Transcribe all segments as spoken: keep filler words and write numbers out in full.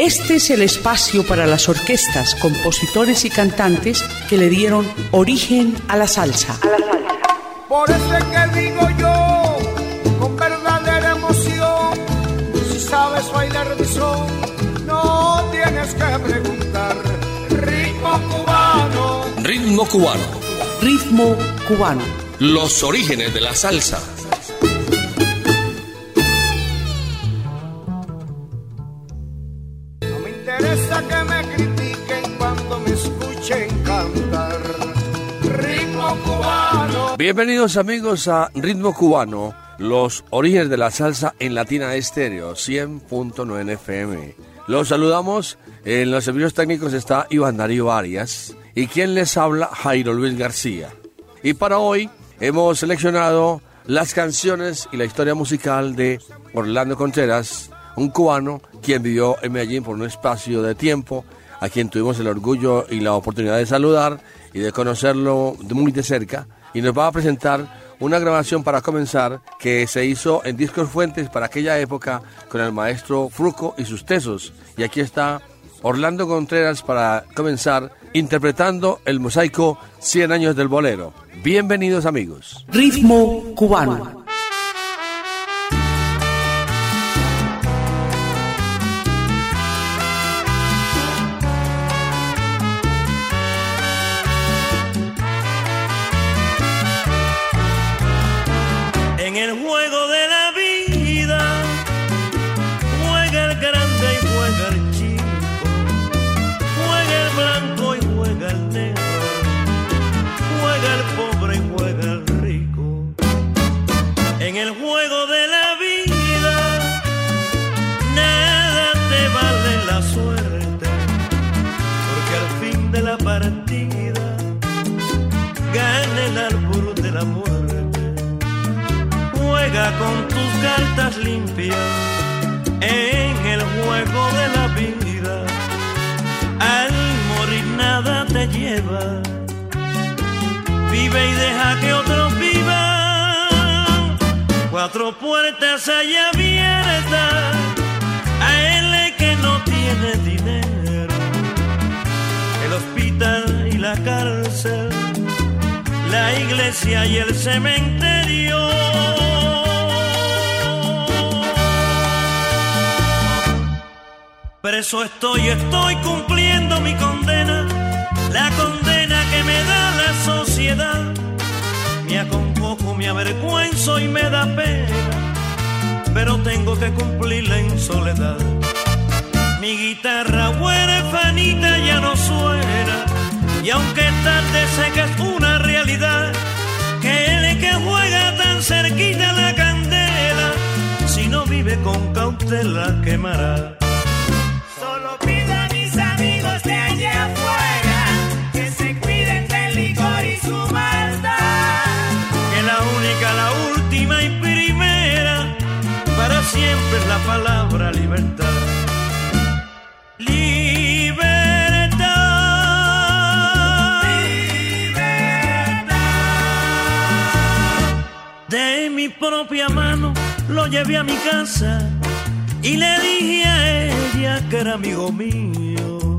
Este es el espacio para las orquestas, compositores y cantantes que le dieron origen a la salsa. A la salsa. Por eso es que digo yo, con verdadera emoción, si sabes bailar mi son, no tienes que preguntar. Ritmo cubano. Ritmo cubano. Ritmo cubano. Los orígenes de la salsa. No me interesa que me critiquen cuando me escuchen cantar. Ritmo cubano. Bienvenidos amigos a Ritmo Cubano, los orígenes de la salsa en Latina Estéreo, cien punto nueve F M. Los saludamos, en los servicios técnicos está Iván Darío Arias y quien les habla, Jairo Luis García. Y para hoy hemos seleccionado las canciones y la historia musical de Orlando Contreras, un cubano quien vivió en Medellín por un espacio de tiempo, a quien tuvimos el orgullo y la oportunidad de saludar y de conocerlo muy de cerca, y nos va a presentar una grabación para comenzar que se hizo en Discos Fuentes para aquella época con el maestro Fruco y sus tesos. Y aquí está Orlando Contreras para comenzar interpretando el mosaico cien años del bolero. Bienvenidos amigos. Ritmo cubano. En el juego de la vida juega el grande y juega el chico, juega el blanco y juega el negro, juega el pobre y juega el rico. En el juego de la vida nada te vale la suerte, porque al fin de la partida gana el árbol de la muerte. Juega con tus cartas limpias en el juego de la vida. Al morir nada te lleva. Vive y deja que otros vivan. Cuatro puertas hay abiertas a él que no tiene dinero. El hospital y la cárcel, la iglesia y el cementerio. Preso estoy, estoy cumpliendo mi condena, la condena que me da la sociedad. Me acongojo, me avergüenzo y me da pena, pero tengo que cumplirla en soledad. Mi guitarra huerfanita ya no suena, y aunque tarde sé que es una realidad, que el que juega tan cerquita la candela, si no vive con cautela quemará. Solo pido a mis amigos de allá afuera que se cuiden del licor y su maldad. Que la única, la última y primera para siempre es la palabra libertad. Libertad. Libertad. De mi propia mano lo llevé a mi casa y le dije a ella que era amigo mío.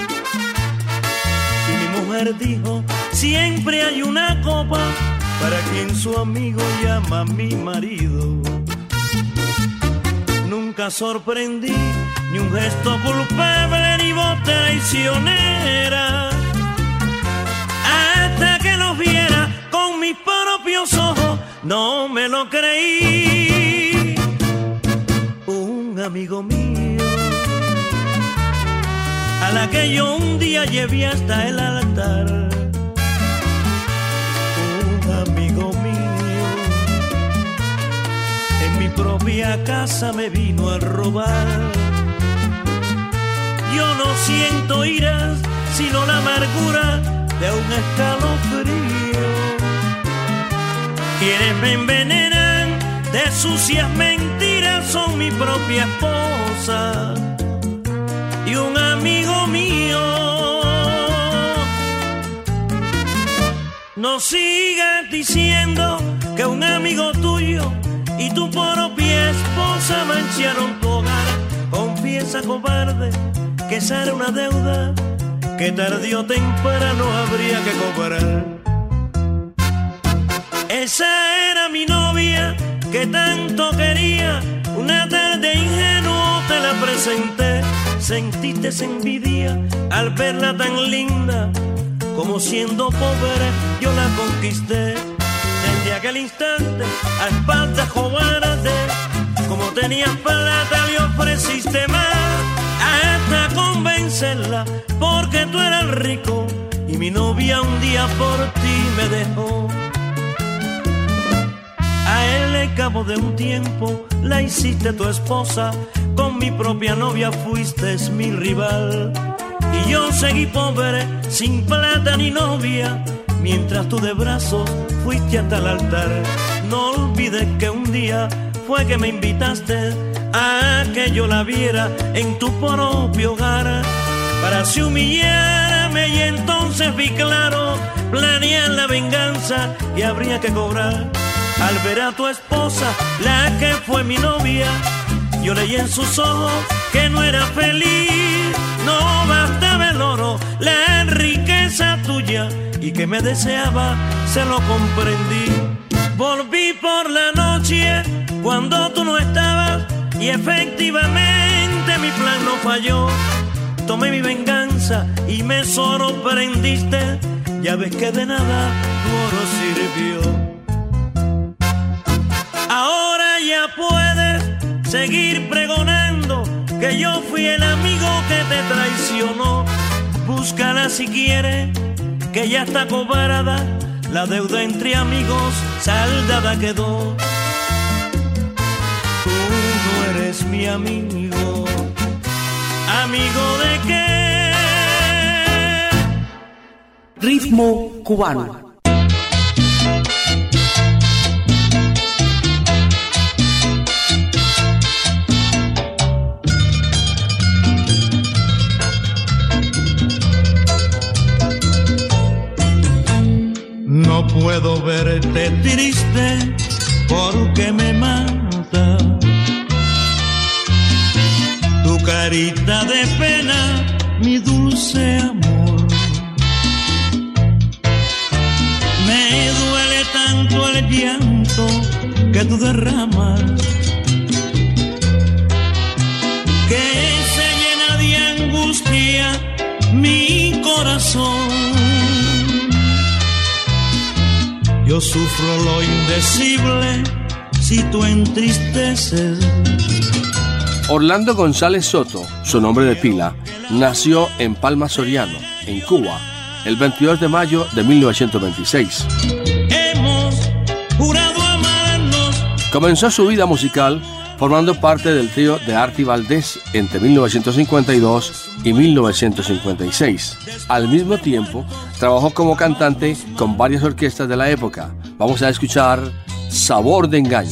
Y mi mujer dijo, siempre hay una copa para quien su amigo llama a mi marido. Nunca sorprendí ni un gesto culpable ni voz traicionera, hasta que lo viera con mis propios ojos, no me lo creí. Un amigo mío, a la que yo un día llevé hasta el altar. Un amigo mío, en mi propia casa me vino a robar. Yo no siento iras, sino la amargura de un escalofrío. Quienes me envenenan de sucias mentiras son mi propia esposa y un amigo mío. No sigas diciendo que un amigo tuyo y tu propia esposa mancharon tu hogar. Confiesa promesa cobarde, que esa era una deuda que tarde o temprano habría que cobrar. Esa era mi novia que tanto quería, una tarde ingenuo te la presenté. Sentiste esa envidia al verla tan linda, como siendo pobre yo la conquisté. Desde aquel instante a espaldas cobarde, como tenías plata le ofreciste más, hasta convencerla porque tú eras rico y mi novia un día por ti me dejó. A él al cabo de un tiempo la hiciste tu esposa, con mi propia novia fuiste mi rival. Y yo seguí pobre, sin plata ni novia, mientras tú de brazos fuiste hasta el altar. No olvides que un día fue que me invitaste a que yo la viera en tu propio hogar, para así humillarme, y entonces vi claro, planear la venganza y habría que cobrar. Al ver a tu esposa, la que fue mi novia, yo leí en sus ojos que no era feliz. No bastaba el oro, la riqueza tuya, y que me deseaba, se lo comprendí. Volví por la noche cuando tú no estabas, y efectivamente mi plan no falló. Tomé mi venganza y me sorprendiste, ya ves que de nada tu oro sirvió. Ahora ya puedes seguir pregonando que yo fui el amigo que te traicionó. Búscala si quieres, que ya está cobrada, la deuda entre amigos saldada quedó. Tú no eres mi amigo. ¿Amigo de qué? Ritmo cubano. No puedo verte triste porque me mata tu carita de pena, mi dulce amor. Me duele tanto el llanto que tú derramas, que se llena de angustia mi corazón. Yo sufro lo indecible si tú entristeces. Orlando González Soto, su nombre de pila, nació en Palma Soriano, en Cuba, el veintidós de mayo de mil novecientos veintiséis. Hemos jurado amarnos. Comenzó su vida musical formando parte del trío de Arty Valdés entre mil novecientos cincuenta y dos y mil novecientos cincuenta y seis. Al mismo tiempo, trabajó como cantante con varias orquestas de la época. Vamos a escuchar Sabor de Engaño.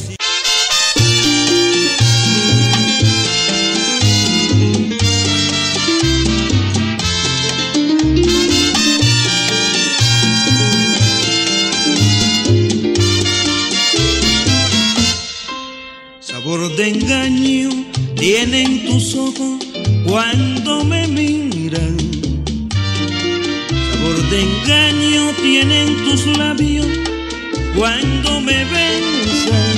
Sabor de engaño tienen tus ojos cuando me miran. Sabor de engaño tienen tus labios cuando me besan.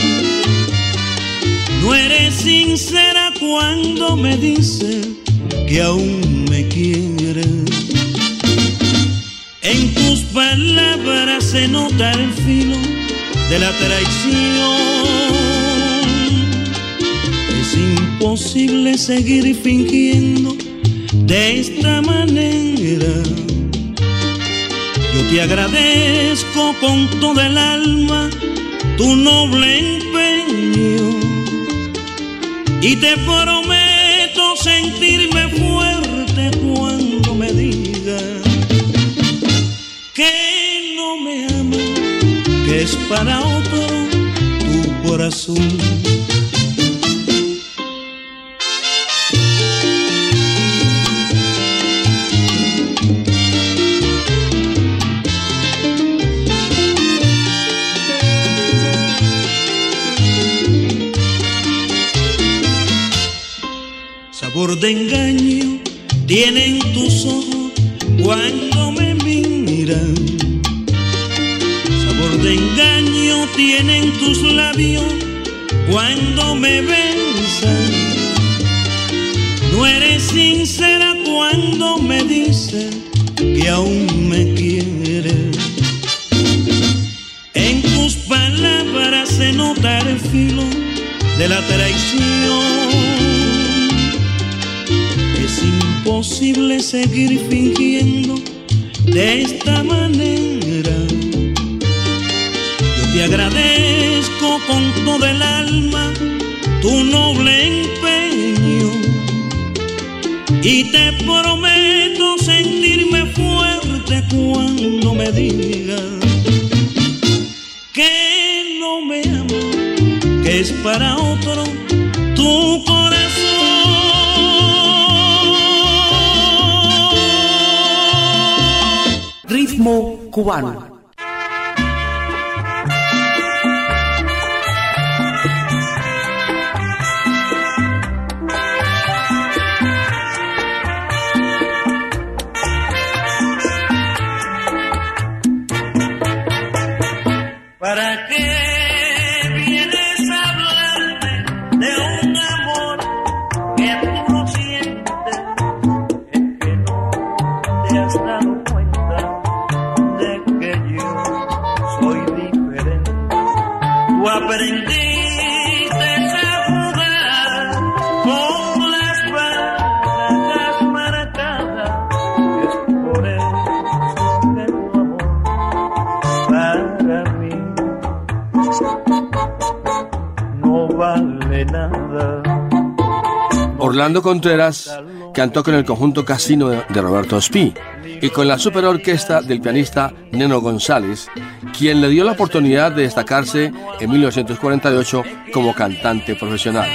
No eres sincera cuando me dices que aún me quieres. En tus palabras se nota el filo de la traición. Es imposible seguir fingiendo de esta manera. Yo te agradezco con toda el alma tu noble empeño y te prometo sentirme fuerte cuando me digas que no me amas, que es para otro tu corazón. Sabor de engaño tienen tus ojos cuando me miran. Sabor de engaño tienen tus labios cuando me besan. No eres sincera cuando me dices que aún me quieres. En tus palabras se nota el filo de la traición. Es imposible seguir fingiendo de esta manera. Yo te agradezco con todo el alma tu noble empeño y te prometo sentirme fuerte cuando me digas que no me amas, que es para otro tu corazón. Ritmo cubano. ¿Para qué vienes a hablarme de un amor que tú no sientes? Es que no te has dado cuenta de que yo soy diferente. Tú aprendiste a jugar con las barras marcadas. Es por eso que tu amor para mí no vale nada. Orlando Contreras cantó con el conjunto Casino de Roberto Espí y con la superorquesta del pianista Neno González, quien le dio la oportunidad de destacarse en mil novecientos cuarenta y ocho como cantante profesional.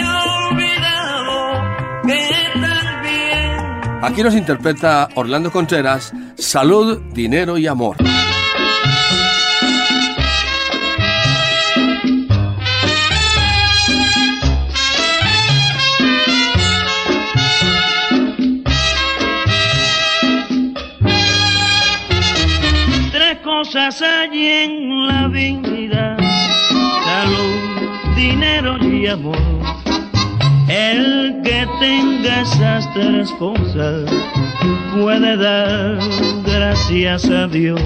Aquí nos interpreta Orlando Contreras, Salud, Dinero y Amor. Cosas hay en la vida: salud, dinero y amor. El que tenga esas tres cosas puede dar gracias a Dios,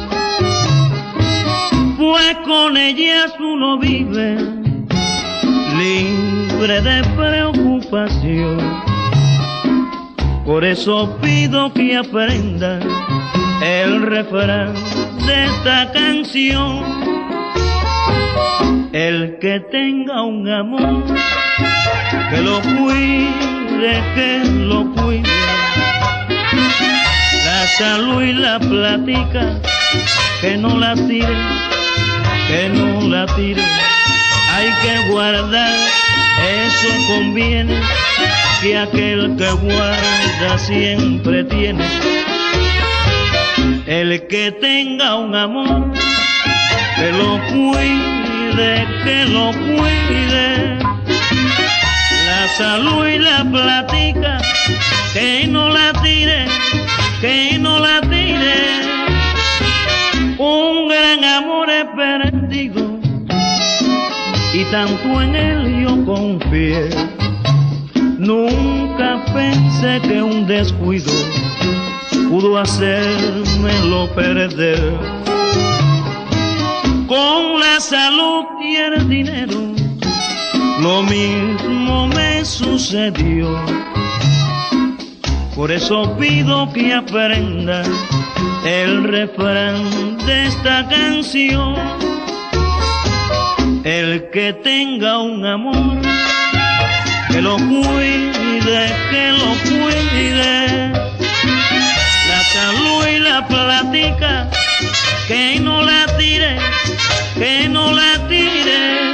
pues con ellas uno vive libre de preocupación. Por eso pido que aprendan el refrán de esta canción: el que tenga un amor, que lo cuide, que lo cuide. La salud y la platica, que no la tire, que no la tire. Hay que guardar, eso conviene, que aquel que guarda siempre tiene. El que tenga un amor, que lo cuide, que lo cuide. La salud y la platica, que no la tire, que no la tire. Un gran amor he perdido y tanto en él yo confié. Nunca pensé que un descuido pudo hacérmelo perder. Con la salud y el dinero lo mismo me sucedió. Por eso pido que aprenda el refrán de esta canción: el que tenga un amor, que lo cuide, que lo cuide. La salud y la platica, que no la tire, que no la tire.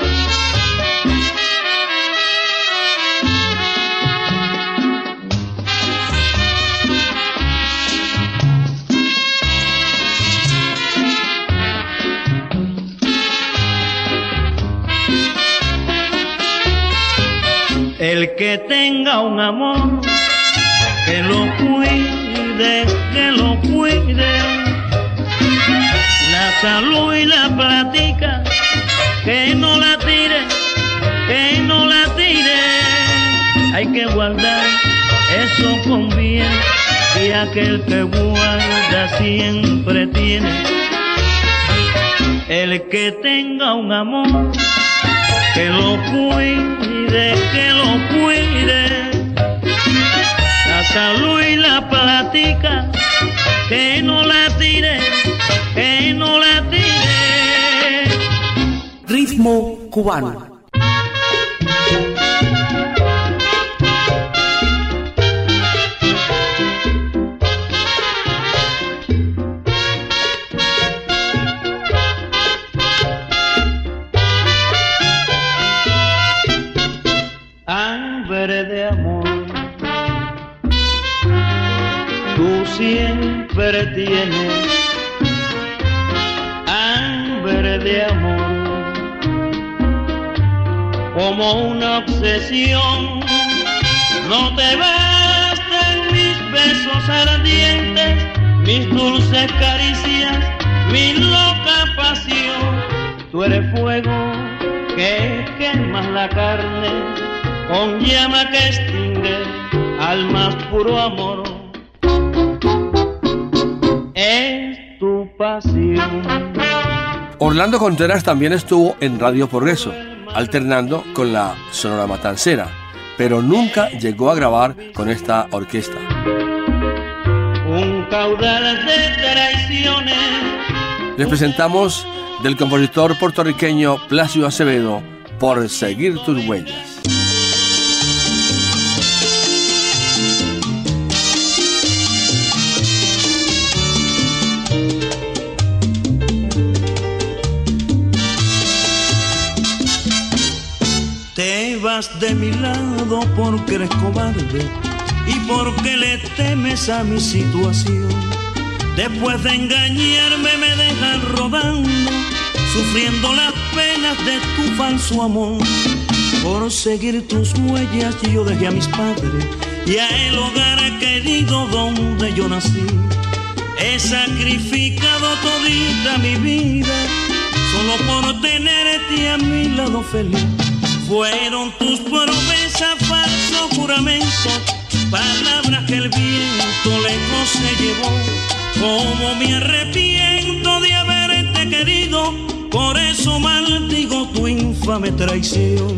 El El que tenga un amor, que lo cuide, que lo cuide. La salud y la platica, que no la tire, que no la tire. Hay que guardar eso con bien, y aquel que guarda siempre tiene. El que tenga un amor, que lo cuide, que lo cuide. La salud y la platica, que no la tire, que no la tire. Ritmo cubano. Hambre de amor, tú siempre tienes. Hambre de amor, como una obsesión. No te bastan mis besos ardientes, mis dulces caricias, mi loca pasión. Tú eres fuego que quemas la carne, con llama que extingue al más puro amor. Es tu pasión. Orlando Contreras también estuvo en Radio Progreso, alternando con la Sonora Matancera, pero nunca llegó a grabar con esta orquesta. Un caudal de traiciones. Les presentamos del compositor puertorriqueño Plácido Acevedo, Por seguir tus huellas. Te vas de mi lado porque eres cobarde y porque le temes a mi situación. Después de engañarme me dejas rodando, sufriendo las penas de tu falso amor. Por seguir tus huellas yo dejé a mis padres y a el hogar querido donde yo nací. He sacrificado todita mi vida solo por tenerte a mi lado feliz. Fueron tus promesas, falsos juramentos, palabras que el viento lejos se llevó. Como me arrepiento de haberte querido, por eso maldigo tu infame traición.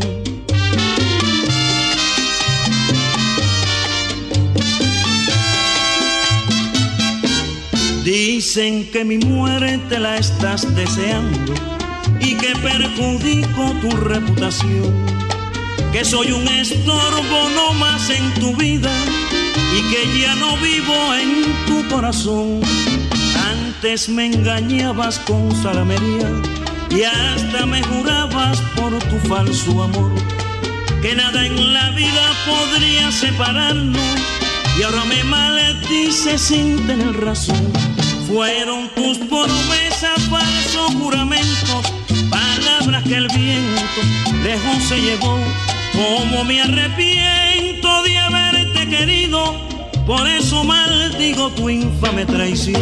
Dicen que mi muerte la estás deseando y que perjudico tu reputación, que soy un estorbo no más en tu vida y que ya no vivo en tu corazón. Antes me engañabas con salamería y hasta me jurabas por tu falso amor que nada en la vida podría separarnos, y ahora me maldices sin tener razón. Fueron tus promesas, falsos juramentos, palabras que el viento lejos se llevó. Como me arrepiento de haberte querido, por eso maldigo tu infame traición.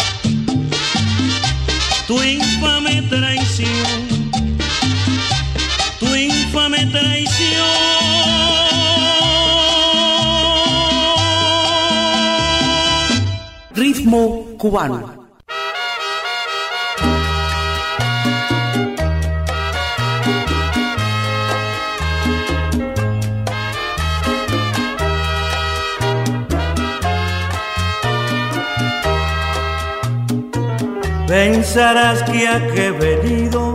Tu infame traición, tu infame traición. Ritmo cubano. Pensarás que a qué he venido,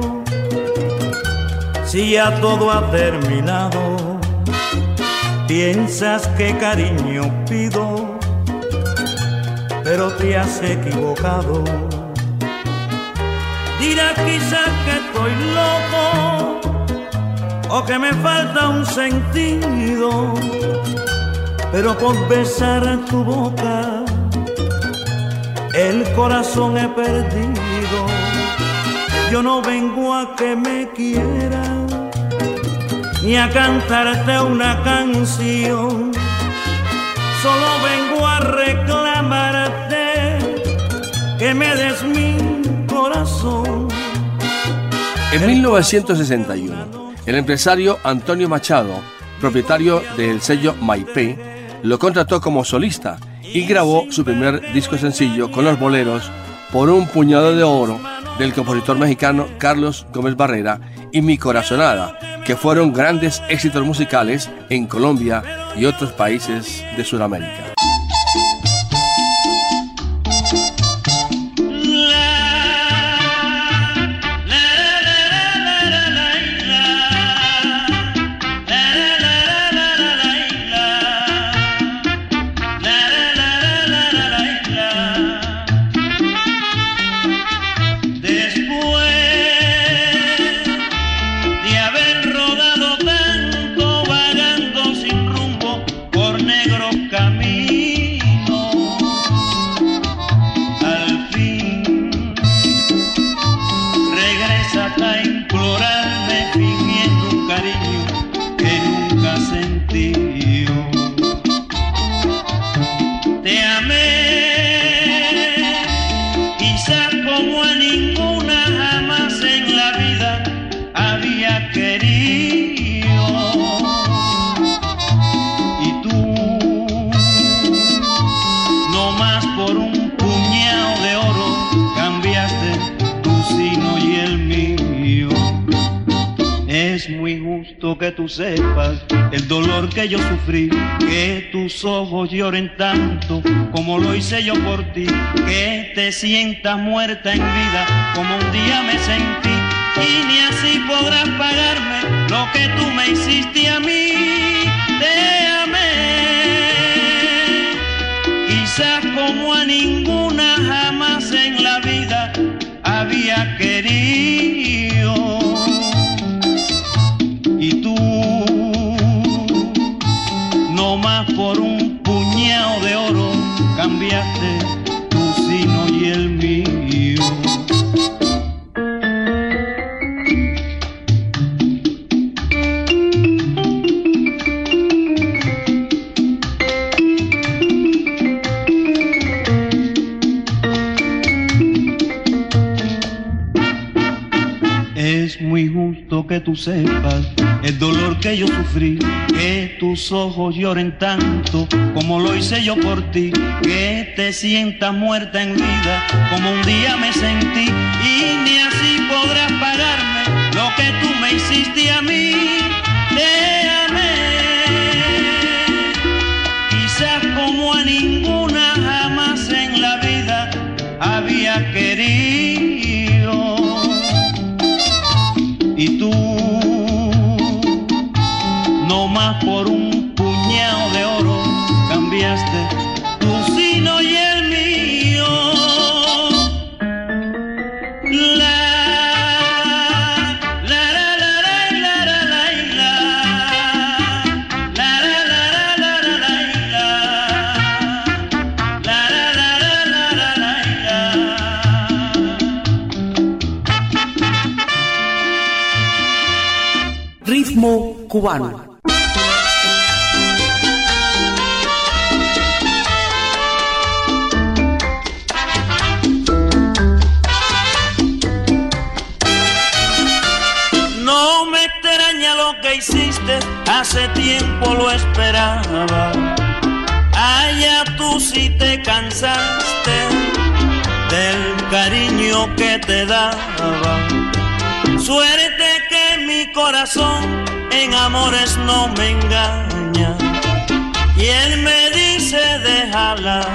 si ya todo ha terminado. Piensas que cariño pido, pero te has equivocado. Dirás quizás que estoy loco o que me falta un sentido, pero por besar tu boca el corazón he perdido. Yo no vengo a que me quieran, y a cantarte una canción. Solo vengo a reclamarte que me des mi corazón. En mil novecientos sesenta y uno, el empresario Antonio Machado, propietario del sello Maipé, lo contrató como solista y grabó su primer disco sencillo con los boleros Por un puñado de oro del compositor mexicano Carlos Gómez Barrera y Mi corazonada, que fueron grandes éxitos musicales en Colombia y otros países de Sudamérica. Que tú sepas el dolor que yo sufrí, que tus ojos lloren tanto como lo hice yo por ti, que te sientas muerta en vida como un día me sentí, y ni así podrás pagarme lo que tú me hiciste a mí. Te amé, quizás como a ninguna jamás en la vida había querido. Y tú, no más por un puñado de oro, cambiaste tu sino y el mío. Es muy justo que tú sepas el dolor que yo sufrí, que tus ojos lloren tanto como lo hice yo por ti, que te sientas muerta en vida como un día me sentí, y ni así podrás pagarme lo que tú me hiciste a mí. Te amé, quizás como a ninguna jamás en la vida había querido. Y tú, no más por un puñado de oro, cambiaste tu sino y el mío. La, la, la, la, la, la, la, la, la, la, la, la, la, la, la. Ritmo cubano. Hiciste, hace tiempo lo esperaba. Allá tú sí te cansaste del cariño que te daba. Suerte que mi corazón en amores no me engaña, y él me dice déjala,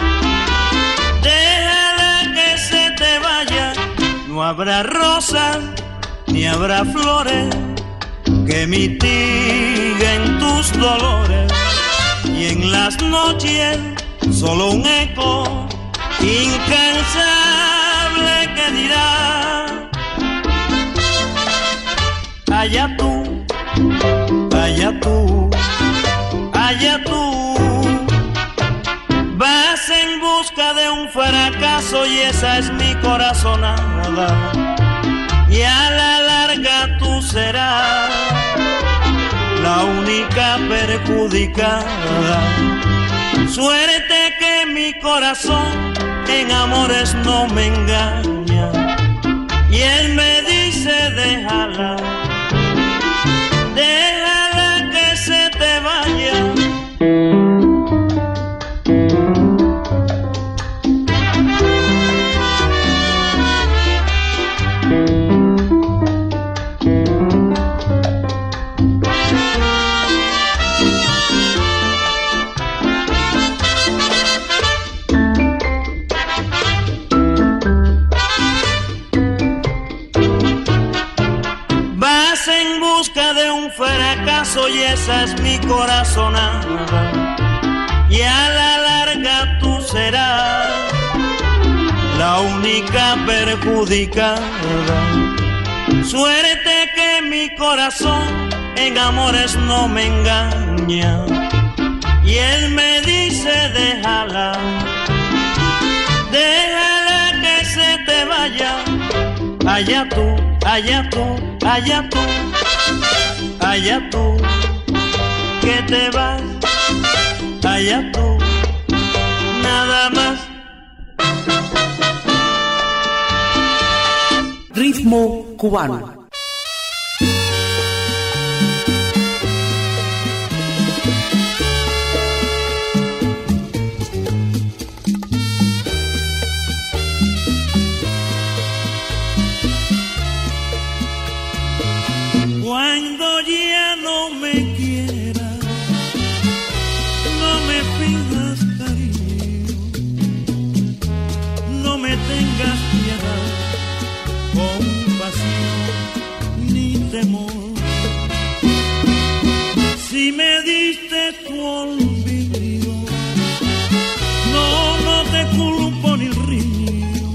déjala que se te vaya. No habrá rosas ni habrá flores que mitiguen tus dolores, y en las noches solo un eco incansable que dirá allá tú, allá tú, allá tú. Vas en busca de un fracaso y esa es mi corazonada, y a la larga tú serás la única perjudicada. Suerte que mi corazón en amores no me engaña, y él me dice déjala, déjala que se te vaya. Fracaso y esa es mi corazonada, y a la larga tú serás la única perjudicada. Suerte que mi corazón en amores no me engaña, y él me dice déjala, déjala que se te vaya. Allá tú, allá tú, allá tú, allá tú, que te vas, allá tú, nada más. Ritmo cubano. Cuando ya no me quieras, no me pidas cariño, no me tengas piedad, compasión ni temor. Si me diste tu olvido, no, no te culpo ni río,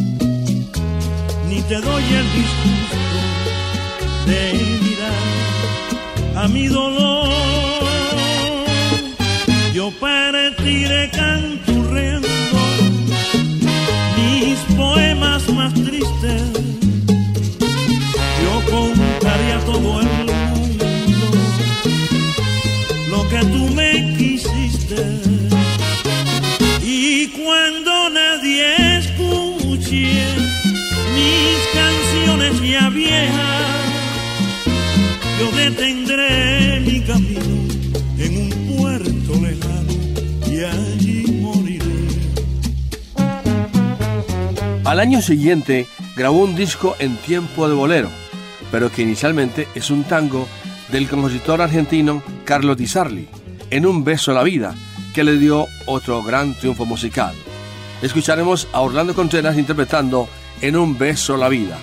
ni te doy el disgusto de mirar a mi dolor. Yo partiré canturreando mis poemas más tristes, yo contaré a todo el mundo lo que tú me quisiste, y cuando nadie escuche mis canciones ya viejas, yo detendré mi camino en un puerto lejano y allí moriré. Al año siguiente grabó un disco en tiempo de bolero, pero que inicialmente es un tango del compositor argentino Carlos Di Sarli, En un beso a la vida, que le dio otro gran triunfo musical. Escucharemos a Orlando Contreras interpretando En un beso a la vida.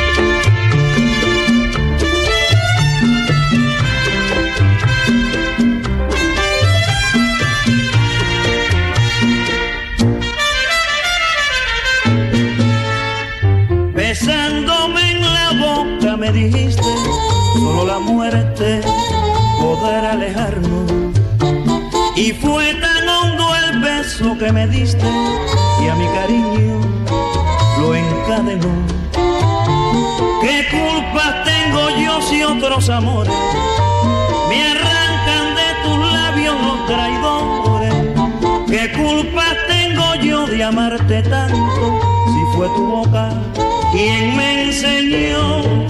Besándome en la boca me dijiste, solo la muerte podrá alejarnos. Y fue tan hondo el beso que me diste, y a mi cariño lo encadenó. ¿Qué culpa tengo yo si otros amores me arrancan de tus labios los traidores? ¿Qué culpa tengo yo de amarte tanto si fue tu boca quien me enseñó?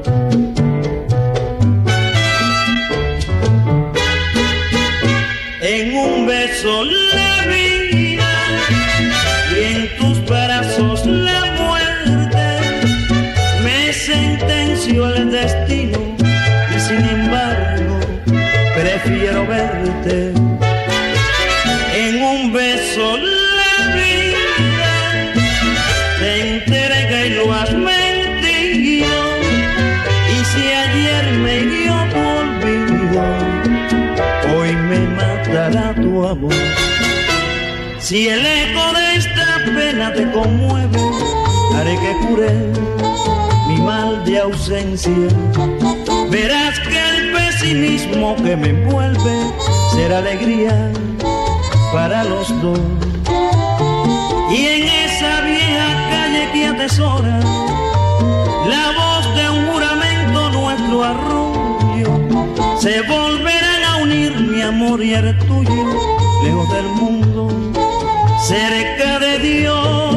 En un beso la vida y en tus brazos la muerte, me sentenció el destino y sin embargo prefiero verte. En un beso la vida te entrega y lo has mentido, y si ayer me dio tu olvido, hoy me matará tu amor. Si el eco de esta pena te conmueve, haré que cure mi mal de ausencia. Verás que el pesimismo que me envuelve será alegría para los dos. Y en esa vieja calle que atesora la voz de un juramento, nuestro arrullo se volverán a unir mi amor y el tuyo, lejos del mundo, cerca de Dios.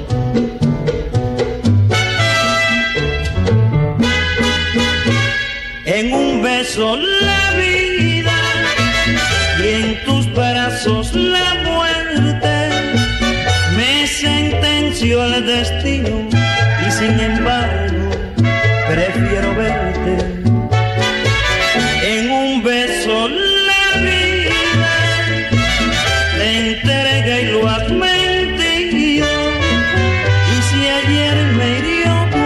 En un beso la vida y en tus brazos la muerte, me sentenció el destino y sin embargo prefiero verte. En un beso la vida te entrega y lo has mentido, y si ayer me hirió tu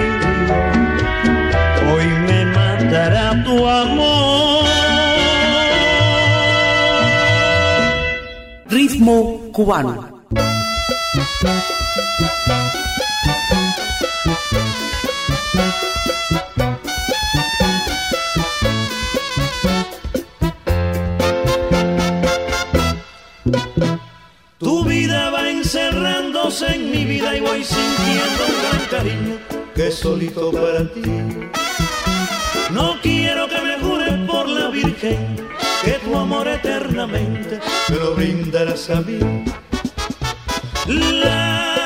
olvido, hoy me matará tu amor. Ritmo cubano. Tu vida va encerrándose en mi vida y voy sintiendo un gran cariño que es solito para ti. No quiero que me jures por la Virgen que tu amor eternamente me lo brindarás a mí. La,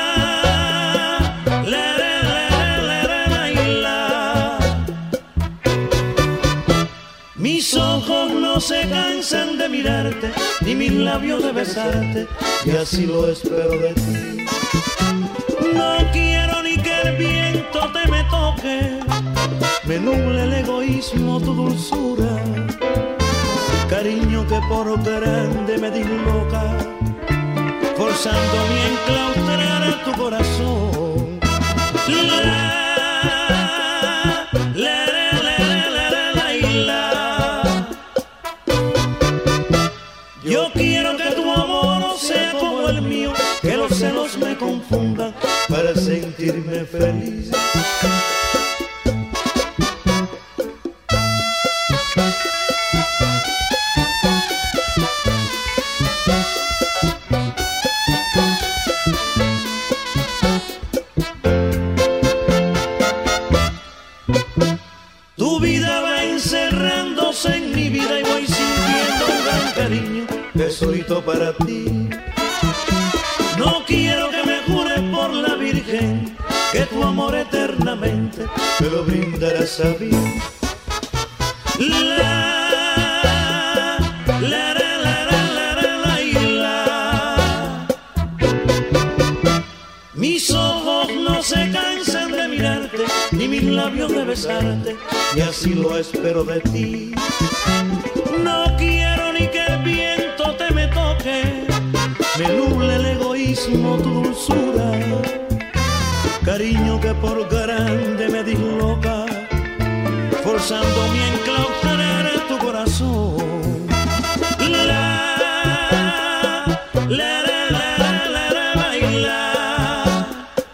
la, la, la, la, la, la. Mis ojos no se cansan de mirarte, ni mis labios de besarte, y así lo espero de ti. No quiero ni que el viento te me toque, me nuble el egoísmo tu dulzura, cariño que por grande me disloca, forzándome a enclaustrar a tu corazón. La, la, la, la, la, la, la, la. Yo quiero que tu amor sea como el mío, que los celos me confundan para sentirme feliz. Tu vida va encerrándose en mi vida y voy sintiendo un gran cariño que es solito para ti. No quiero que me jures por la Virgen que tu amor eternamente me lo brindarás a mí. La, la, la, la, la, la, la, la. Mis ojos no se cansan de mirarte, ni mis labios de besarte, y así lo espero de ti. No quiero ni que el viento te me toque, me nuble el egoísmo tu dulzura, cariño que por grande me disloca, forzándome a enclaustrar tu corazón. La, la, la, la, la, la, la.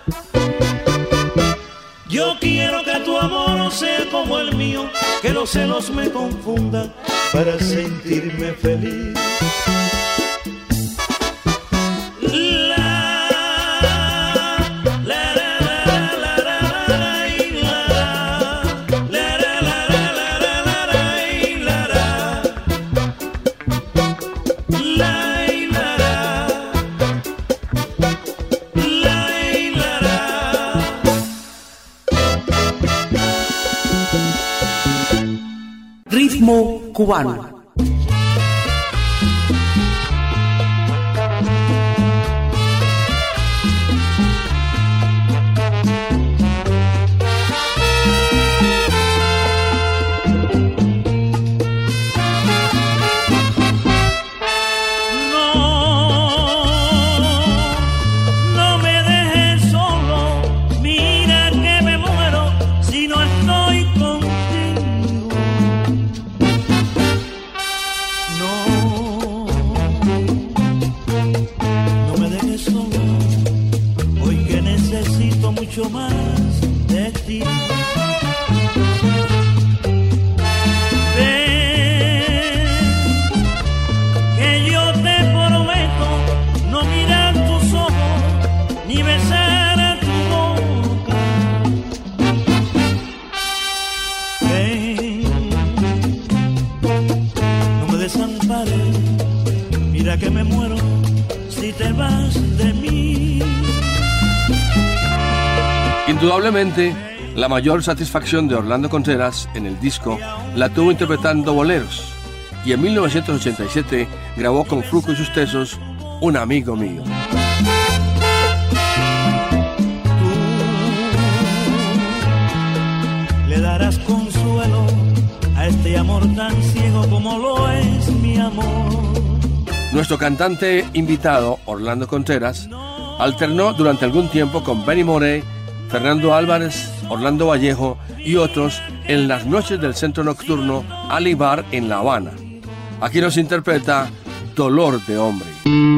Yo quiero que tu amor sea como el mío, que los celos me confundan para sentirme feliz. Ritmo cubano. que me muero si te vas de mí. Indudablemente, la mayor satisfacción de Orlando Contreras en el disco la tuvo interpretando boleros, y en mil novecientos ochenta y siete grabó con Fruco y sus Tesos Un amigo mío. Tú le darás consuelo a este amor tan ciego como lo es mi amor. Nuestro cantante invitado, Orlando Contreras, alternó durante algún tiempo con Benny Moré, Fernando Álvarez, Orlando Vallejo y otros en las noches del centro nocturno Ali Bar en La Habana. Aquí nos interpreta Dolor de Hombre.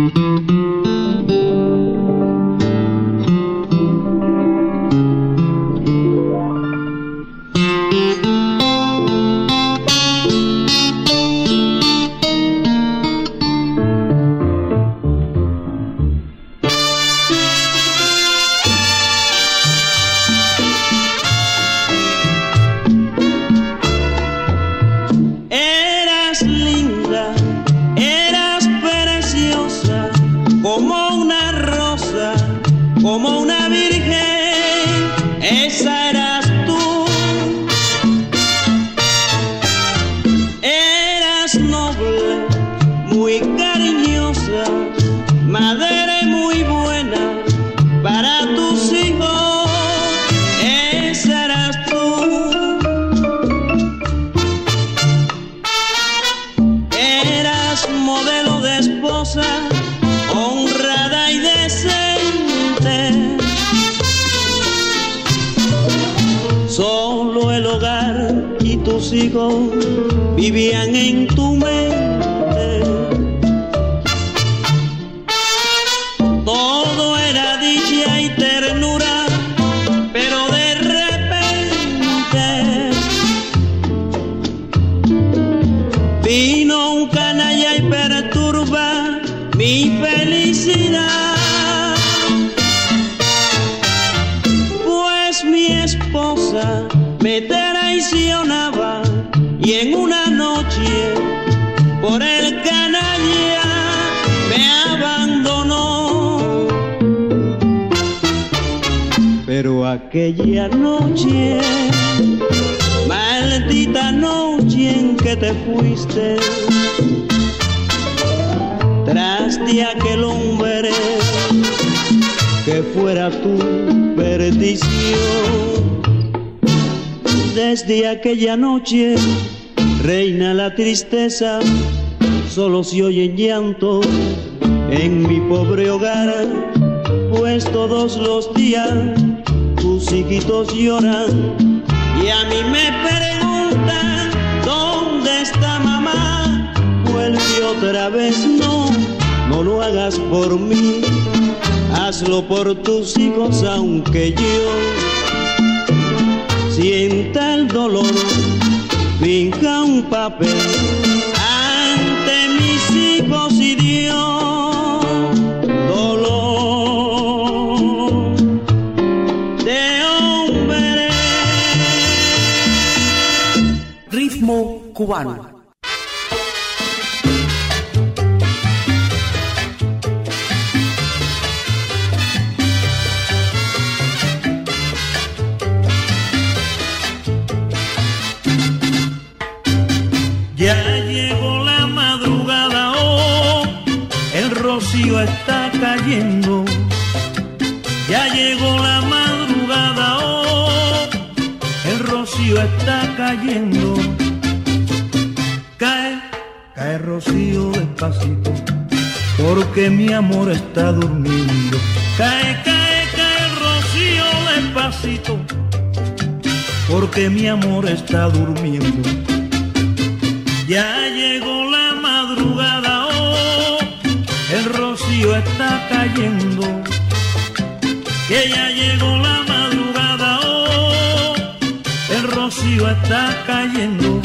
Hijos vivían en tu mente, todo era dicha y ternura, pero de repente vino un canalla y perturba mi felicidad, pues mi esposa me traicionaba y en una noche por el canalla me abandonó. Pero aquella noche, maldita noche en que te fuiste, tras de aquel hombre que fuera tu perdición. Desde aquella noche reina la tristeza, solo se oye llanto en mi pobre hogar, pues todos los días tus hijitos lloran y a mí me preguntan ¿dónde está mamá? Vuelve otra vez, no, no lo hagas por mí, hazlo por tus hijos aunque yo sienta el dolor, finja un papel ante mis hijos y Dios. Dolor de hombre. Ritmo cubano. Ya llegó la madrugada, oh, el rocío está cayendo. Ya llegó la madrugada, oh, el rocío está cayendo. Cae, cae rocío despacito, porque mi amor está durmiendo. Cae, cae, cae rocío despacito, porque mi amor está durmiendo. Ya llegó la madrugada, oh, el rocío está cayendo. Que ya llegó la madrugada, oh, el rocío está cayendo.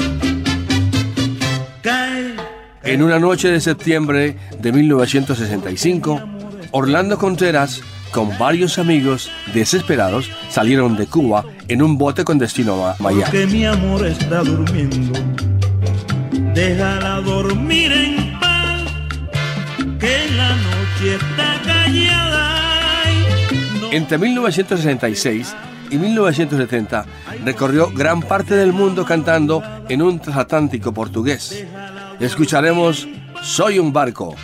Cae, cae. En una noche de septiembre de mil novecientos sesenta y cinco, Orlando Contreras, con varios amigos desesperados, salieron de Cuba en un bote con destino a Miami. Porque mi amor está durmiendo. Déjala dormir en paz, quieta, callada. No. Entre mil novecientos sesenta y seis y mil novecientos setenta recorrió gran parte del mundo cantando en un transatlántico portugués. Escucharemos Soy un barco.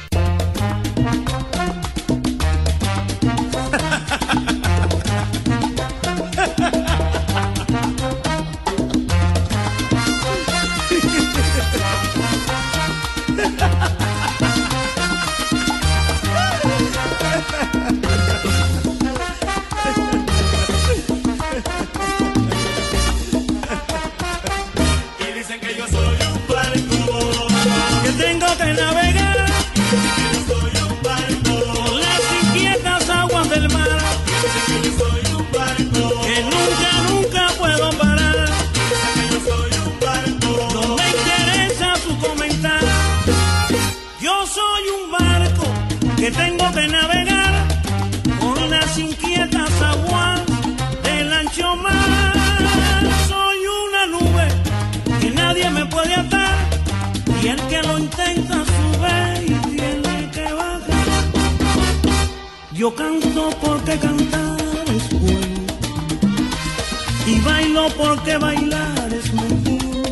Que tengo que navegar con las inquietas aguas del ancho mar. Soy una nube que nadie me puede atar, y el que lo intenta sube y tiene que bajar. Yo canto porque cantar es bueno, y bailo porque bailar es mejor.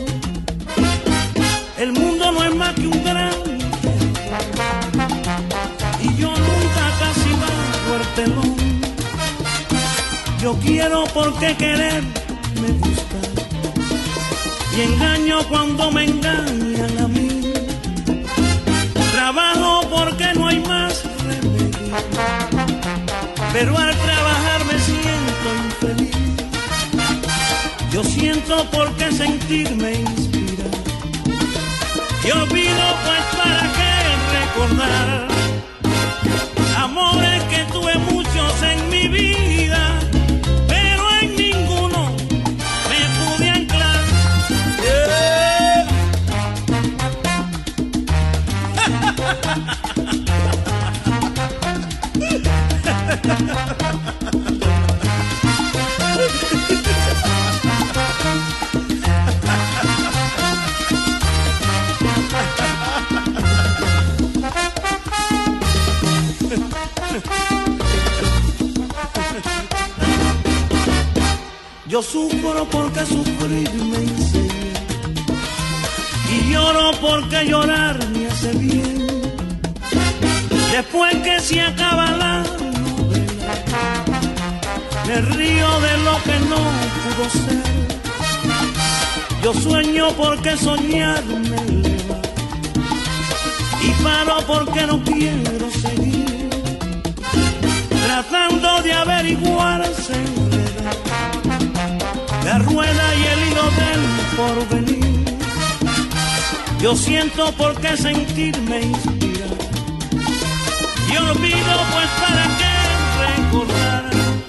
El mundo no es más que un gran y yo nunca casi bajo el telón. Yo quiero porque querer me gusta, y engaño cuando me engañan a mí. Trabajo porque no hay más remedio, pero al trabajar me siento infeliz. Yo siento porque sentir me inspira, y olvido pues para qué recordar amores que tuve muchos en mi vida, pero en ninguno me pude anclar. Yeah. Yo sufro porque sufrir me enseña, y lloro porque llorar me hace bien. Después que se acaba la novela, me río de lo que no pudo ser. Yo sueño porque soñar me eleva, y paro porque no quiero seguir tratando de averiguar se enreda la rueda y el hilo del porvenir. Yo siento porque sentir me inspira, y olvido pues para qué recordar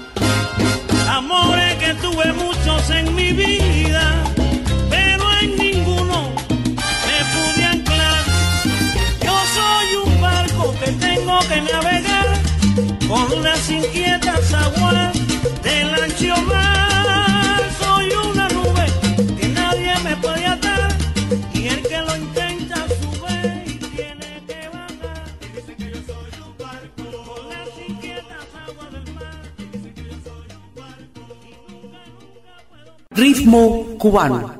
amores que tuve muchos en mi vida, pero en ninguno me pude anclar. Yo soy un barco que tengo que navegar con las inquietas aguas del ancho mar. Soy una nube que nadie me puede atar, y el que lo intenta sube y tiene que bajar. Dicen que yo soy un barco con las inquietas aguas del mar. Dicen que yo soy un barco y nunca, nunca puedo... Ritmo cubano.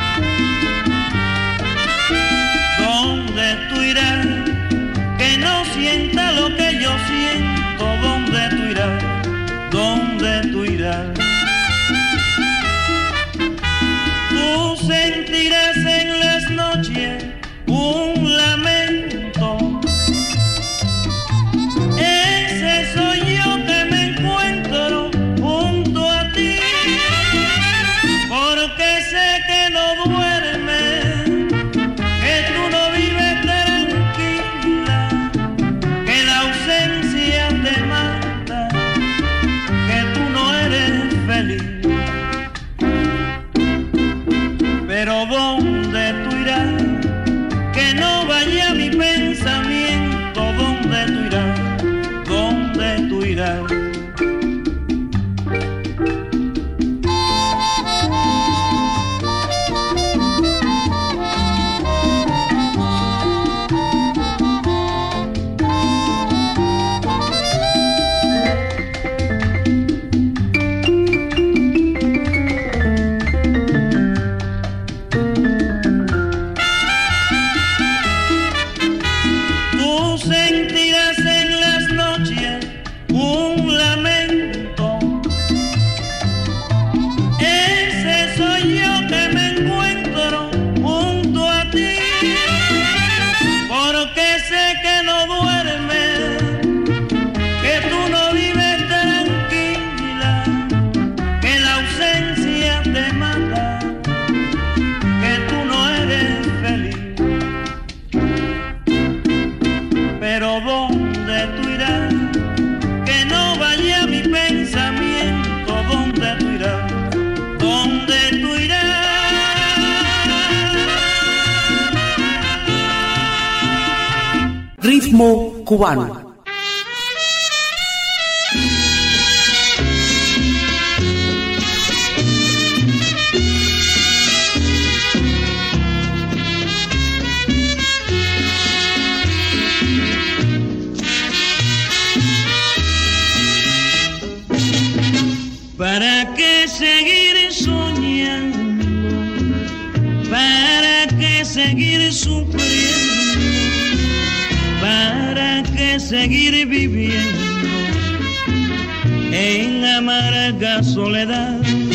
Que no Ritmo cubano. ¿Para qué seguir soñando? ¿Para qué seguir sufriendo? ¿Para qué seguir viviendo en amarga soledad?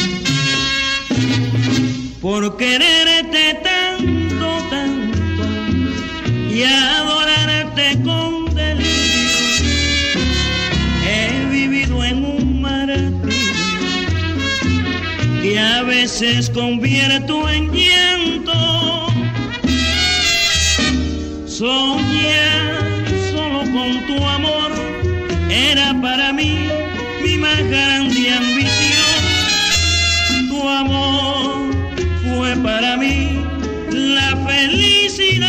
Por quererte tanto, tanto y adorarte con delirio, he vivido en un martirio que a veces convierto en llanto. Soñar solo con tu amor era para mí mi más grande ambición. Tu amor fue para mí la felicidad.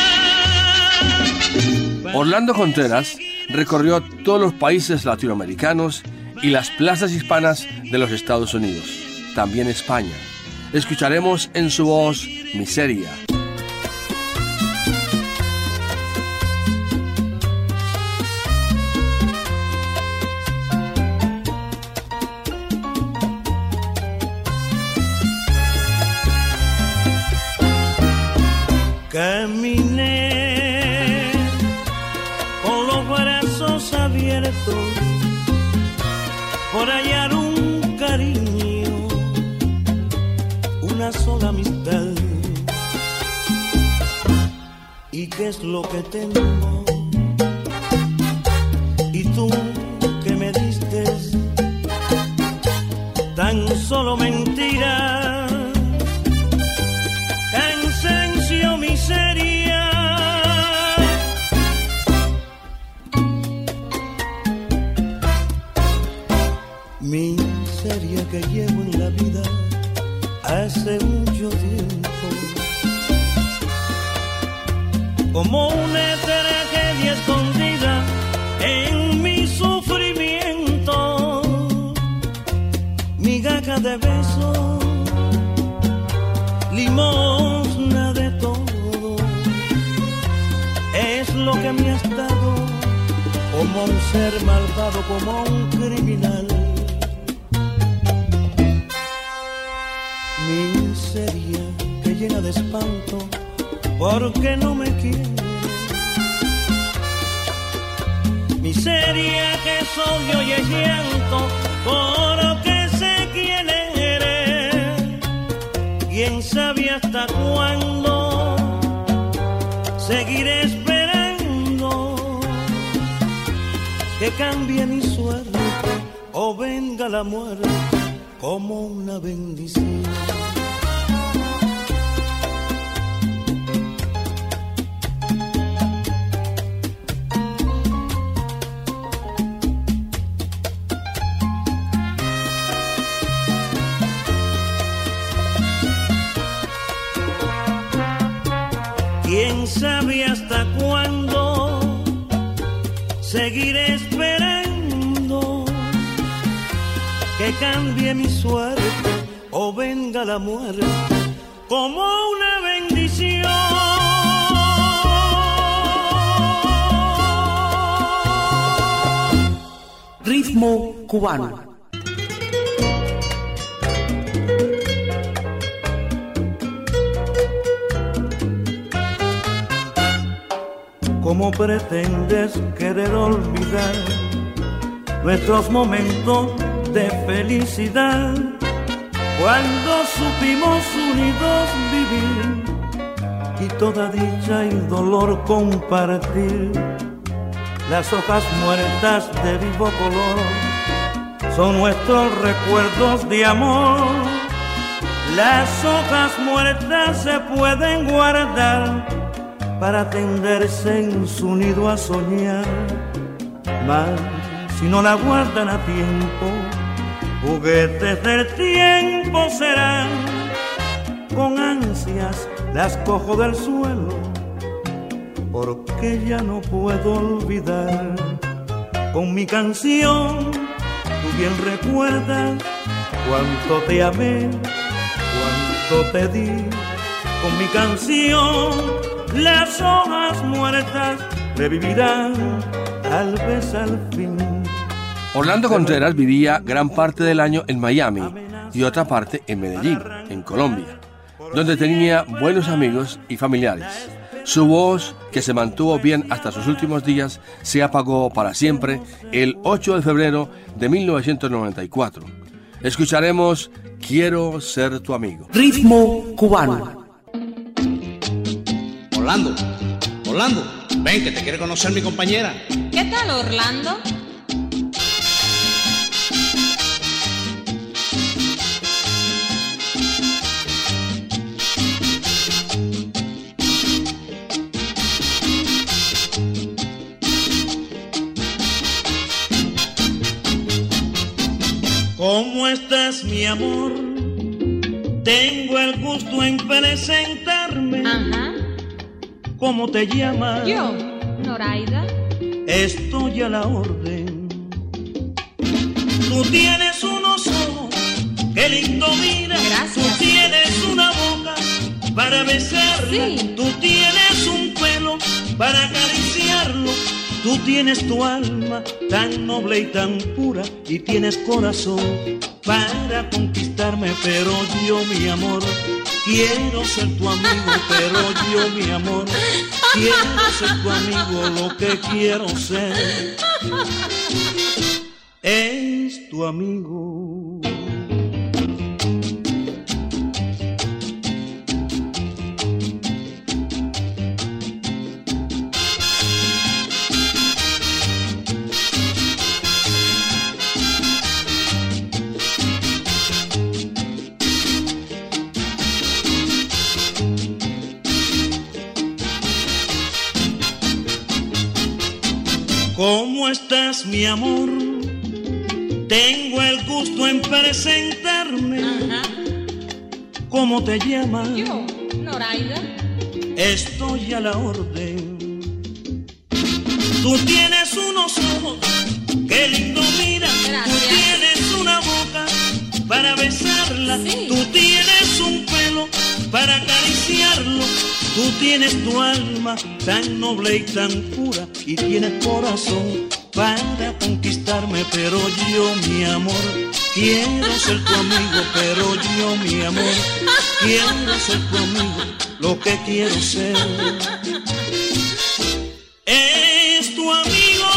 Orlando Contreras recorrió todos los países latinoamericanos y las plazas hispanas de los Estados Unidos, también España. Escucharemos en su voz Miseria. Caminé con los brazos abiertos por hallar un cariño, una sola amistad. ¿Y qué es lo que tengo? ¿Y tú que me diste? Tan solo mentira, cansancio, miseria. Miseria que llevo en la vida hace mucho tiempo, como una tragedia escondida en mi sufrimiento, migaja de beso, limosna de todo, es lo que me has dado, como un ser malvado, como un criminal. Miseria que llena de espanto, porque no me quiere. Miseria que es odio y es llanto, porque sé quién eres. Quién sabe hasta cuándo seguiré esperando que cambie mi suerte o venga la muerte como una bendición. ¿Quién sabe hasta cuándo seguiré esperando que cambie mi suerte o venga la muerte como una bendición? Ritmo cubano. ¿Cómo pretendes querer olvidar nuestros momentos de felicidad cuando supimos unidos vivir y toda dicha y dolor compartir? Las hojas muertas de vivo color son nuestros recuerdos de amor. Las hojas muertas se pueden guardar para tenderse en su nido a soñar, mas si no la guardan a tiempo, juguetes del tiempo serán. Con ansias las cojo del suelo porque ya no puedo olvidar. Con mi canción tú bien recuerdas cuánto te amé, cuánto te di. Con mi canción las hojas muertas revivirán tal vez al fin. Orlando Contreras vivía gran parte del año en Miami y otra parte en Medellín, en Colombia, donde tenía buenos amigos y familiares. Su voz, que se mantuvo bien hasta sus últimos días, se apagó para siempre el ocho de febrero de mil novecientos noventa y cuatro. Escucharemos Quiero ser tu amigo. Ritmo cubano. Orlando, Orlando, ven que te quiere conocer mi compañera. ¿Qué tal, Orlando? ¿Cómo estás, mi amor? Tengo el gusto en presentarme. Ajá. ¿Cómo te llamas? Yo, Noraida. Estoy a la orden. Tú tienes unos ojos, qué lindo mira. Gracias. Tú tienes una boca para besarla. Sí. Tú tienes un pelo para acariciarlo. Tú tienes tu alma tan noble y tan pura y tienes corazón para conquistarme, pero yo, mi amor, quiero ser tu amigo, pero yo, mi amor, quiero ser tu amigo, lo que quiero ser es tu amigo. ¿Cómo estás, mi amor? Tengo el gusto en presentarme. Ajá. ¿Cómo te llamas? Yo, Noraida. Estoy a la orden. Tú tienes unos ojos, qué lindo mira. Gracias. Tú tienes una boca para besarla. Sí. Tú tienes un pelo para acariciarlo. Tú tienes tu alma tan noble y tan pura y tienes corazón para conquistarme, pero yo, mi amor, quiero ser tu amigo, pero yo, mi amor, quiero ser tu amigo, lo que quiero ser es tu amigo.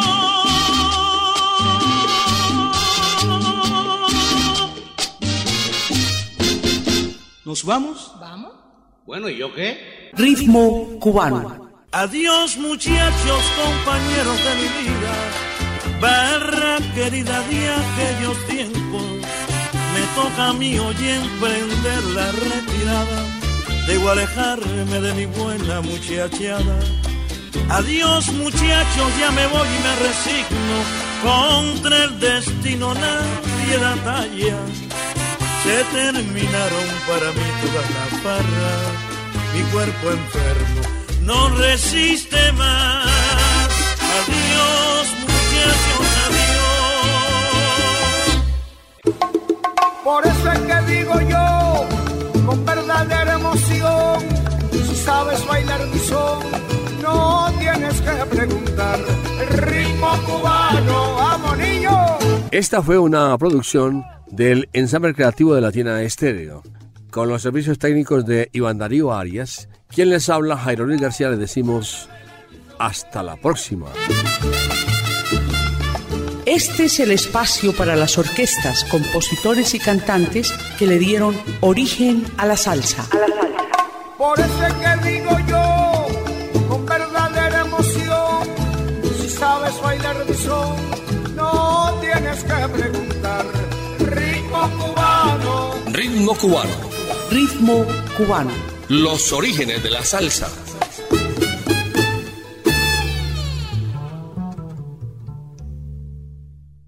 ¿Nos vamos? ¿Vamos? Bueno, ¿y yo qué? Ritmo cubano. Adiós, muchachos, compañeros de mi vida, barra querida de aquellos tiempos. Me toca a mí hoy emprender la retirada, debo alejarme de mi buena muchachada. Adiós, muchachos, ya me voy y me resigno, contra el destino nadie da talla. Se terminaron para mí todas las farras, mi cuerpo enfermo no resiste más. Adiós, muchachos, adiós. Por eso es que digo yo, con verdadera emoción, si sabes bailar mi son, no tienes que preguntar. El ritmo cubano, ¡vamos, niño! Esta fue una producción del Ensamble Creativo de Latina Estéreo, con los servicios técnicos de Iván Darío Arias. Quien les habla, Jairo Luis García, les decimos hasta la próxima. Este es el espacio para las orquestas, compositores y cantantes que le dieron origen a la salsa. A la salsa. Por eso es que digo yo, con verdadera emoción, si sabes bailar mi son, no tienes que preguntar. Ritmo cubano. Ritmo cubano. Ritmo cubano. Los orígenes de la salsa.